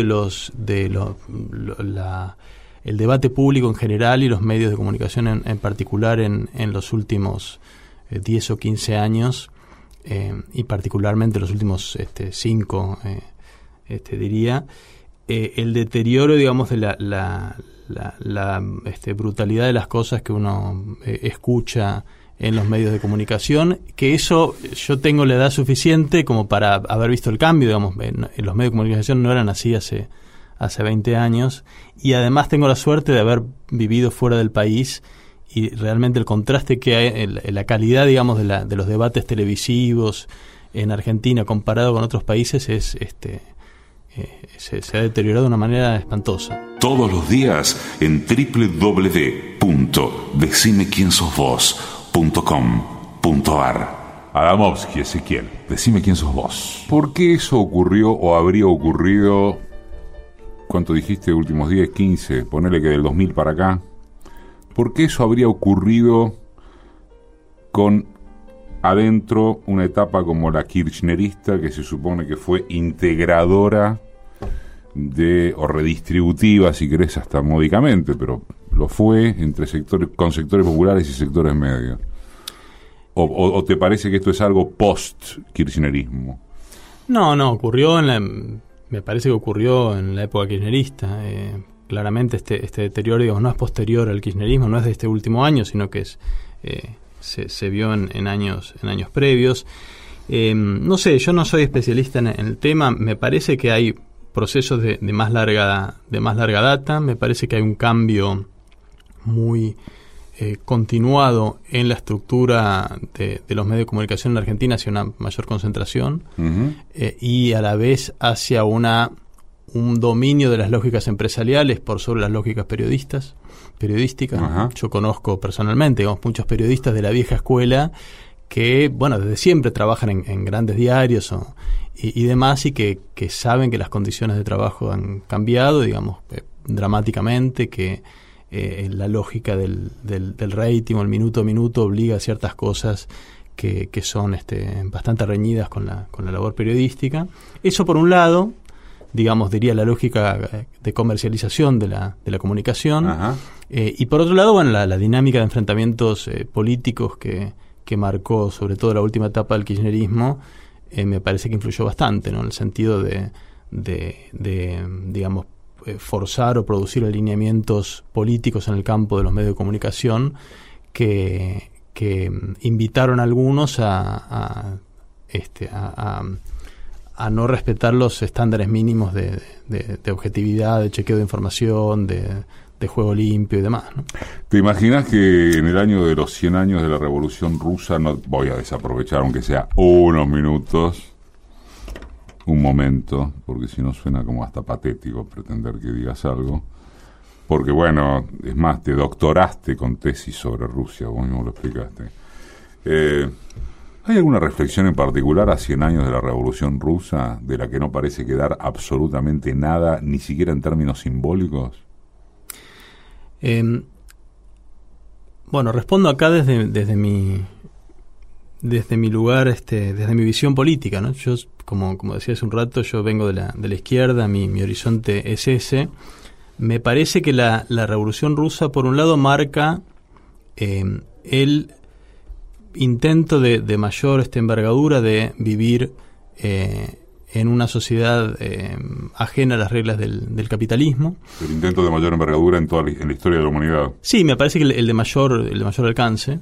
el debate público en general y los medios de comunicación en particular en los últimos 10 o 15 años, y particularmente los últimos 5, diría. El deterioro, digamos, de la brutalidad de las cosas que uno escucha en los medios de comunicación, que eso yo tengo la edad suficiente como para haber visto el cambio, digamos, los medios de comunicación no eran así hace 20 años, y además tengo la suerte de haber vivido fuera del país, y realmente el contraste que hay en la calidad, digamos, de los debates televisivos en Argentina comparado con otros países se ha deteriorado de una manera espantosa. Todos los días en www.decimequiensosvos.com.ar. Adamovsky, Ezequiel, decime quién sos vos. ¿Por qué eso ocurrió o habría ocurrido? ¿Cuánto dijiste? Últimos 10, 15, ponele que del 2000 para acá. ¿Por qué eso habría ocurrido con adentro una etapa como la kirchnerista, que se supone que fue integradora o redistributiva, si querés, hasta módicamente, pero lo fue con sectores populares y sectores medios? ¿O te parece que esto es algo post-kirchnerismo? No, ocurrió me parece que ocurrió en la época kirchnerista. Claramente este deterioro, digamos, no es posterior al kirchnerismo, no es de este último año, sino que se vio en años previos. No sé, yo no soy especialista en el tema. Me parece que hay procesos de más larga data. Me parece que hay un cambio muy continuado en la estructura de los medios de comunicación en Argentina hacia una mayor concentración, y a la vez hacia un dominio de las lógicas empresariales por sobre las lógicas periodísticas. Yo conozco personalmente, digamos, muchos periodistas de la vieja escuela que, bueno, desde siempre trabajan en grandes diarios y demás, y que saben que las condiciones de trabajo han cambiado, digamos, dramáticamente, que la lógica del rating o el minuto a minuto obliga a ciertas cosas que son bastante reñidas con la labor periodística. Eso por un lado, digamos, diría la lógica de comercialización de la comunicación. Ajá. Y por otro lado, bueno, la dinámica de enfrentamientos políticos que marcó sobre todo la última etapa del kirchnerismo, me parece que influyó bastante, ¿no? En el sentido de digamos, forzar o producir alineamientos políticos en el campo de los medios de comunicación que invitaron a algunos a no respetar los estándares mínimos de objetividad, de chequeo de información, de juego limpio y demás, ¿no? ¿Te imaginas que en el año de los 100 años de la Revolución Rusa, no voy a desaprovechar, aunque sea unos minutos, un momento, porque si no suena como hasta patético pretender que digas algo, porque bueno, es más, te doctoraste con tesis sobre Rusia, vos mismo lo explicaste. ¿Hay alguna reflexión en particular a 100 años de la Revolución Rusa de la que no parece quedar absolutamente nada, ni siquiera en términos simbólicos? Bueno, respondo acá desde mi lugar, desde mi visión política, ¿no? Yo, como decía hace un rato, yo vengo de la izquierda, mi horizonte es ese. Me parece que la Revolución Rusa, por un lado, marca el intento de mayor envergadura de vivir en una sociedad ajena a las reglas del capitalismo. El intento de mayor envergadura en la historia de la humanidad. Sí, me parece que el de mayor alcance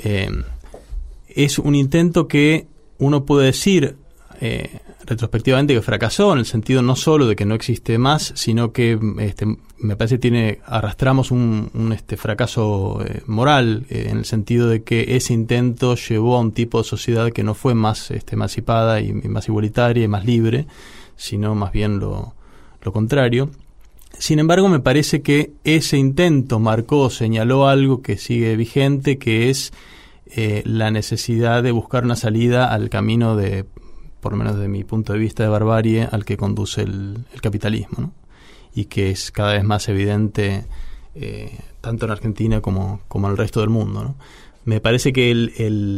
es un intento que uno puede decir retrospectivamente que fracasó, en el sentido no solo de que no existe más, sino que me parece que arrastramos un fracaso moral, en el sentido de que ese intento llevó a un tipo de sociedad que no fue más emancipada y más igualitaria y más libre, sino más bien lo contrario. Sin embargo, me parece que ese intento señaló algo que sigue vigente, que es la necesidad de buscar una salida al camino por lo menos desde mi punto de vista, de barbarie al que conduce el capitalismo, ¿no? Y que es cada vez más evidente tanto en Argentina como en el resto del mundo, ¿no? Me parece que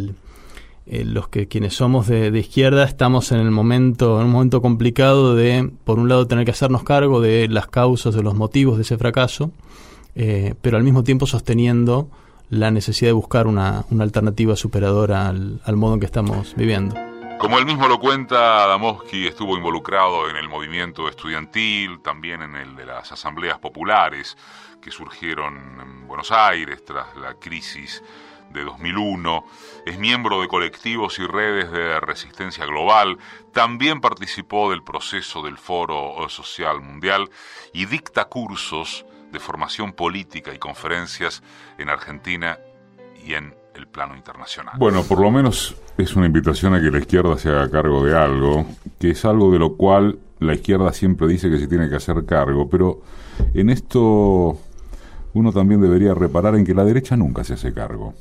quienes somos de izquierda estamos en un momento complicado de, por un lado, tener que hacernos cargo de las causas, de los motivos de ese fracaso, pero al mismo tiempo sosteniendo la necesidad de buscar una alternativa superadora al modo en que estamos viviendo. Como él mismo lo cuenta, Adamowski estuvo involucrado en el movimiento estudiantil, también en el de las asambleas populares que surgieron en Buenos Aires tras la crisis de 2001. Es miembro de colectivos y redes de resistencia global. También participó del proceso del Foro Social Mundial y dicta cursos de formación política y conferencias en Argentina y en el plano internacional. Bueno, por lo menos es una invitación a que la izquierda se haga cargo de algo, que es algo de lo cual la izquierda siempre dice que se tiene que hacer cargo, pero en esto uno también debería reparar en que la derecha nunca se hace cargo.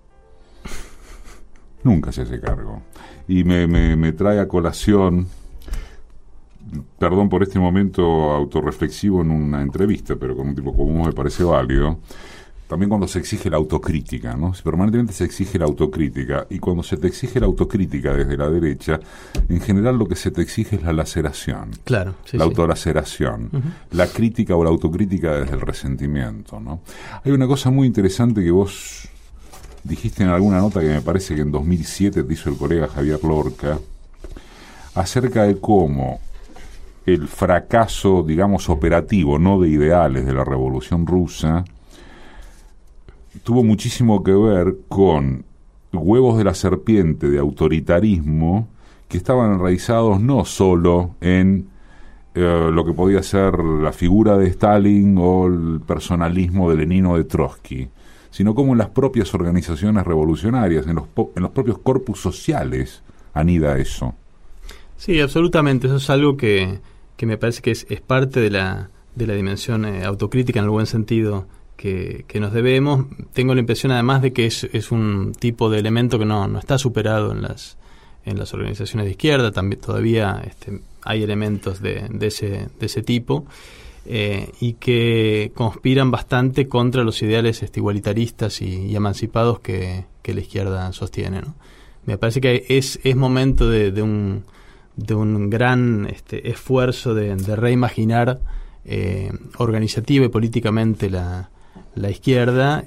Nunca se hace cargo. Y me trae a colación, perdón por este momento autorreflexivo en una entrevista, pero con un tipo como me parece válido, también cuando se exige la autocrítica, ¿no? Permanentemente se exige la autocrítica, y cuando se te exige la autocrítica desde la derecha, en general lo que se te exige es la laceración. Claro, sí, la autolaceración, la crítica o la autocrítica desde el resentimiento, ¿no? Hay una cosa muy interesante que vos dijiste en alguna nota que me parece que en 2007 te hizo el colega Javier Lorca, acerca de cómo el fracaso, digamos, operativo, no de ideales, de la Revolución Rusa, tuvo muchísimo que ver con huevos de la serpiente de autoritarismo que estaban enraizados no solo en lo que podía ser la figura de Stalin o el personalismo de Lenin o de Trotsky, sino como en las propias organizaciones revolucionarias, en los propios corpus sociales anida eso. Sí, absolutamente. Eso es algo que me parece que es parte de la dimensión autocrítica en el buen sentido nos debemos. Tengo la impresión además de que es un tipo de elemento que no está superado en las organizaciones de izquierda. También todavía hay elementos de ese tipo y que conspiran bastante contra los ideales igualitaristas y emancipados que la izquierda sostiene, ¿no? Me parece que es momento de un gran esfuerzo de reimaginar organizativa y políticamente la izquierda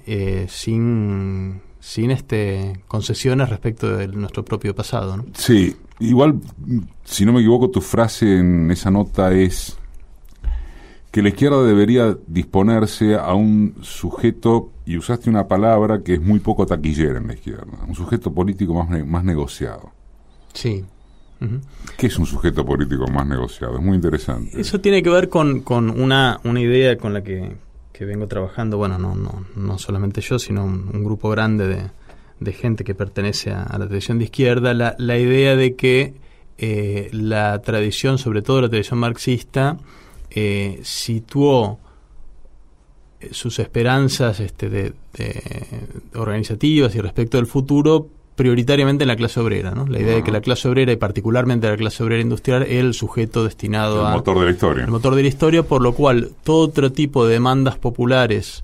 sin concesiones respecto de nuestro propio pasado, ¿no? Sí, igual, si no me equivoco, tu frase en esa nota es que la izquierda debería disponerse a un sujeto, y usaste una palabra que es muy poco taquillera en la izquierda, un sujeto político más negociado. Sí. Uh-huh. ¿Qué es un sujeto político más negociado? Es muy interesante. Eso tiene que ver con una idea con la que vengo trabajando, bueno, no solamente yo, sino un grupo grande de gente que pertenece a la tradición de izquierda, la idea de que la tradición, sobre todo la tradición marxista, situó sus esperanzas organizativas y respecto del futuro prioritariamente en la clase obrera, ¿no? La idea de que la clase obrera, y particularmente la clase obrera industrial, es el sujeto destinado el motor de la historia. El motor de la historia, por lo cual todo otro tipo de demandas populares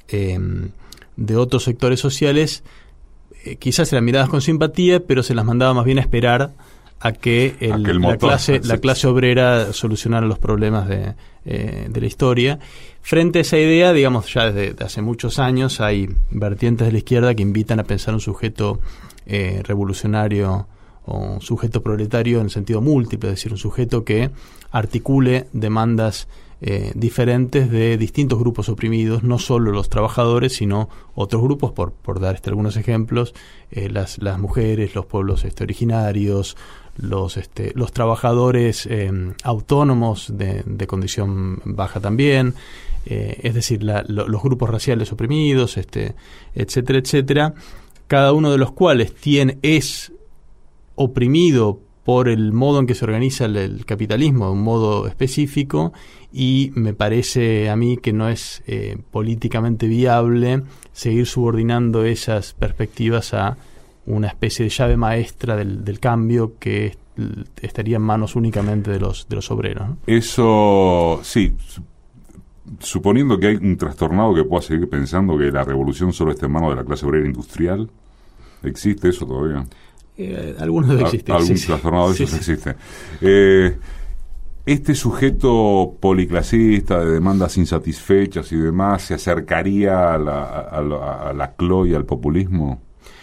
de otros sectores sociales quizás eran miradas con simpatía, pero se las mandaba más bien a esperar a que la clase obrera solucionara los problemas de la historia. Frente a esa idea, digamos, ya desde hace muchos años hay vertientes de la izquierda que invitan a pensar un sujeto revolucionario o un sujeto proletario en el sentido múltiple, es decir, un sujeto que articule demandas diferentes de distintos grupos oprimidos, no solo los trabajadores, sino otros grupos, por dar algunos ejemplos, las mujeres, los pueblos originarios, los trabajadores autónomos de condición baja también, es decir, los grupos raciales oprimidos, etcétera, etcétera, cada uno de los cuales es oprimido por el modo en que se organiza el capitalismo, de un modo específico, y me parece a mí que no es políticamente viable seguir subordinando esas perspectivas a una especie de llave maestra del cambio que estaría en manos únicamente de los obreros, ¿no? Eso, sí. Suponiendo que hay un trastornado que pueda seguir pensando que la revolución solo está en manos de la clase obrera industrial, ¿existe eso todavía? Algunos debe existir. Algún trastornado de esos existe. ¿Este sujeto policlasista de demandas insatisfechas y demás se acercaría a la CLO y al populismo?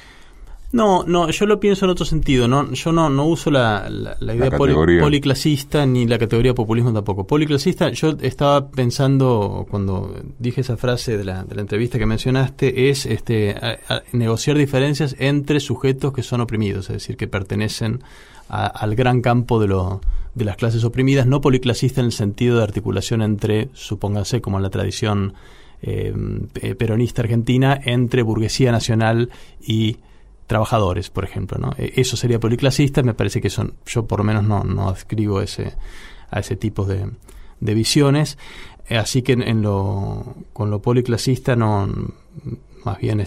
No, yo lo pienso en otro sentido. Yo no uso la idea policlasista ni la categoría populismo tampoco. Policlasista, yo estaba pensando cuando dije esa frase de la entrevista que mencionaste, es a negociar diferencias entre sujetos que son oprimidos, es decir, que pertenecen al gran campo de las clases oprimidas, no policlasista en el sentido de articulación entre, supóngase, como en la tradición peronista argentina, entre burguesía nacional y trabajadores, por ejemplo, ¿no? Eso sería policlasista. Me parece que yo por lo menos no adscribo a ese tipo de visiones, así que con lo policlasista más bien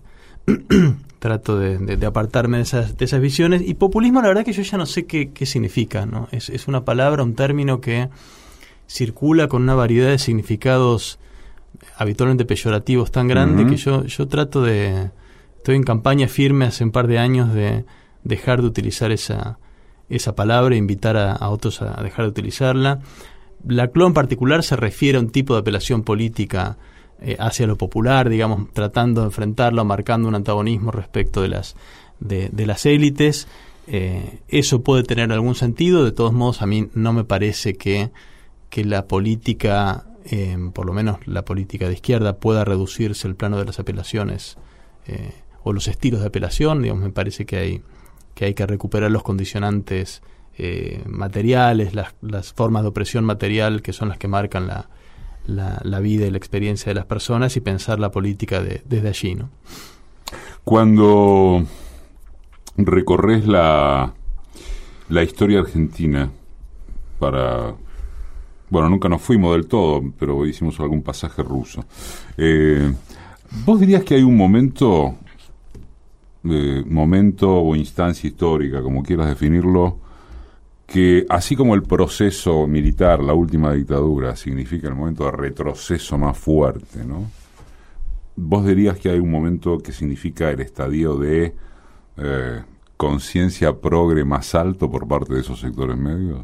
trato de apartarme de esas visiones. Y populismo, la verdad que yo ya no sé qué significa, ¿no? Es una palabra, un término que circula con una variedad de significados habitualmente peyorativos tan grande que yo trato estoy en campaña firme hace un par de años de dejar de utilizar esa palabra e invitar a otros a dejar de utilizarla. La CLO en particular se refiere a un tipo de apelación política hacia lo popular, digamos, tratando de enfrentarlo, marcando un antagonismo respecto de las élites. Eso puede tener algún sentido. De todos modos, a mí no me parece que la política, por lo menos la política de izquierda, pueda reducirse al plano de las apelaciones o los estilos de apelación. Digamos, me parece que hay que recuperar los condicionantes materiales, las formas de opresión material que son las que marcan la vida y la experiencia de las personas, y pensar la política desde allí, ¿no? Cuando recorres la historia argentina para Bueno, nunca nos fuimos del todo, pero hicimos algún pasaje ruso. ¿Vos dirías que hay un momento o instancia histórica, como quieras definirlo, que así como el proceso militar, la última dictadura, significa el momento de retroceso más fuerte, ¿no? ¿Vos dirías que hay un momento que significa el estadio de conciencia progre más alto por parte de esos sectores medios?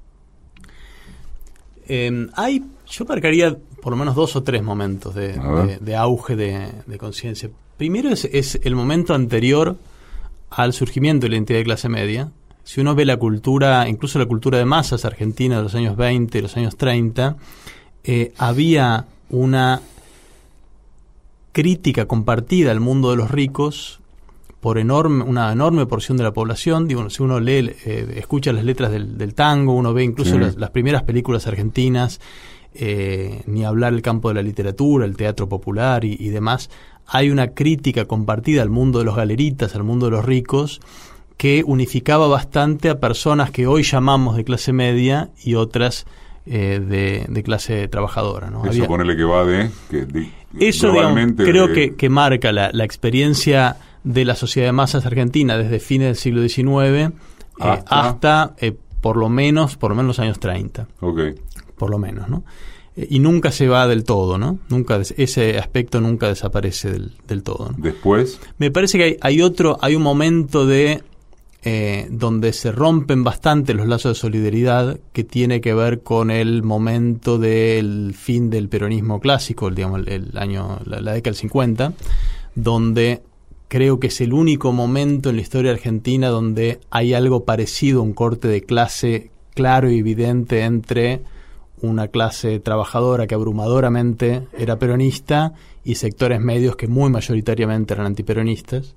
Yo marcaría por lo menos 2 o 3 momentos de auge de conciencia. Primero es el momento anterior al surgimiento de la identidad de clase media. Si uno ve la cultura, incluso la cultura de masas argentina de los años 20, los años 30, había una crítica compartida al mundo de los ricos por una enorme porción de la población. Digo, si uno lee, escucha las letras del tango, uno ve incluso las primeras películas argentinas, ni hablar el campo de la literatura, el teatro popular y demás, hay una crítica compartida al mundo de los galeritas, al mundo de los ricos, que unificaba bastante a personas que hoy llamamos de clase media y otras de clase trabajadora, ¿no? Eso ponele que va eso, digamos, creo que marca la experiencia de la sociedad de masas argentina desde fines del siglo XIX hasta por lo menos los años 30. Okay. Por lo menos, ¿no? Y nunca se va del todo, ¿no? Ese aspecto nunca desaparece del todo, ¿no? Después, me parece que hay un momento donde se rompen bastante los lazos de solidaridad, que tiene que ver con el momento del fin del peronismo clásico, digamos, la década del 50, donde creo que es el único momento en la historia argentina donde hay algo parecido a un corte de clase claro y evidente entre una clase trabajadora que abrumadoramente era peronista y sectores medios que muy mayoritariamente eran antiperonistas.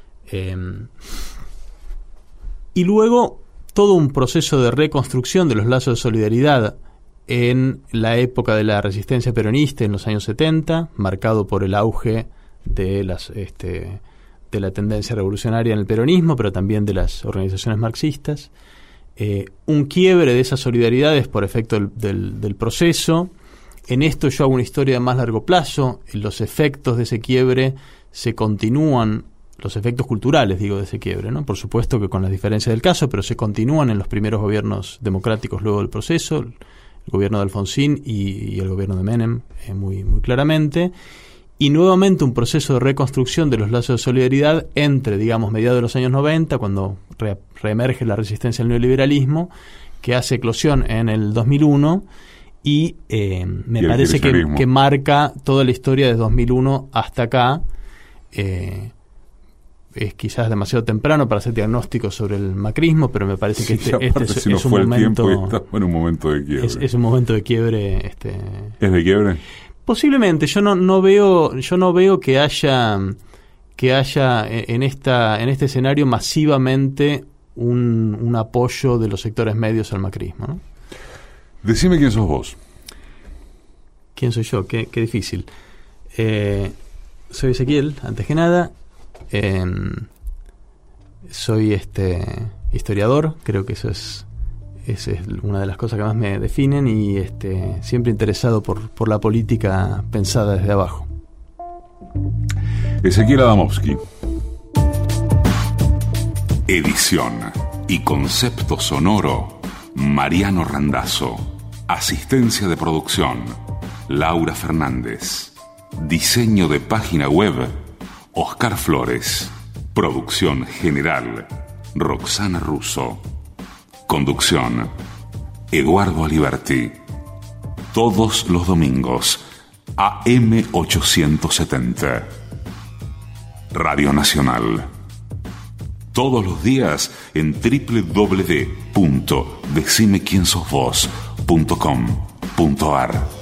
Y luego todo un proceso de reconstrucción de los lazos de solidaridad en la época de la resistencia peronista en los años 70, marcado por el auge de la tendencia revolucionaria en el peronismo, pero también de las organizaciones marxistas. Un quiebre de esas solidaridades por efecto del proceso. En esto yo hago una historia de más largo plazo. Los efectos de ese quiebre se continúan, los efectos culturales, digo, de ese quiebre, ¿no? Por supuesto que con las diferencias del caso, pero se continúan en los primeros gobiernos democráticos luego del proceso, el gobierno de Alfonsín y el gobierno de Menem, muy, muy claramente. Y nuevamente un proceso de reconstrucción de los lazos de solidaridad entre, digamos, mediados de los años 90, cuando reemerge la resistencia al neoliberalismo, que hace eclosión en el 2001, y me parece que marca toda la historia de 2001 hasta acá. Es quizás demasiado temprano para hacer diagnósticos sobre el macrismo, pero me parece que este es un momento... en un momento de quiebre. Es un momento de quiebre. ¿Es de quiebre? Posiblemente. Yo no veo que haya en este escenario masivamente un apoyo de los sectores medios al macrismo, ¿no? Decime quién sos vos. ¿Quién soy yo? Qué difícil. Soy Ezequiel, antes que nada. Soy historiador. Creo que esa es una de las cosas que más me definen, y siempre interesado por la política pensada desde abajo. Ezequiel Adamovsky. Edición y concepto sonoro, Mariano Randazzo. Asistencia de producción, Laura Fernández. Diseño de página web, Oscar Flores. Producción general, Roxana Russo. Conducción, Eduardo Aliberti. Todos los domingos, AM 870. Radio Nacional. Todos los días en www.decimequiensosvos.com.ar.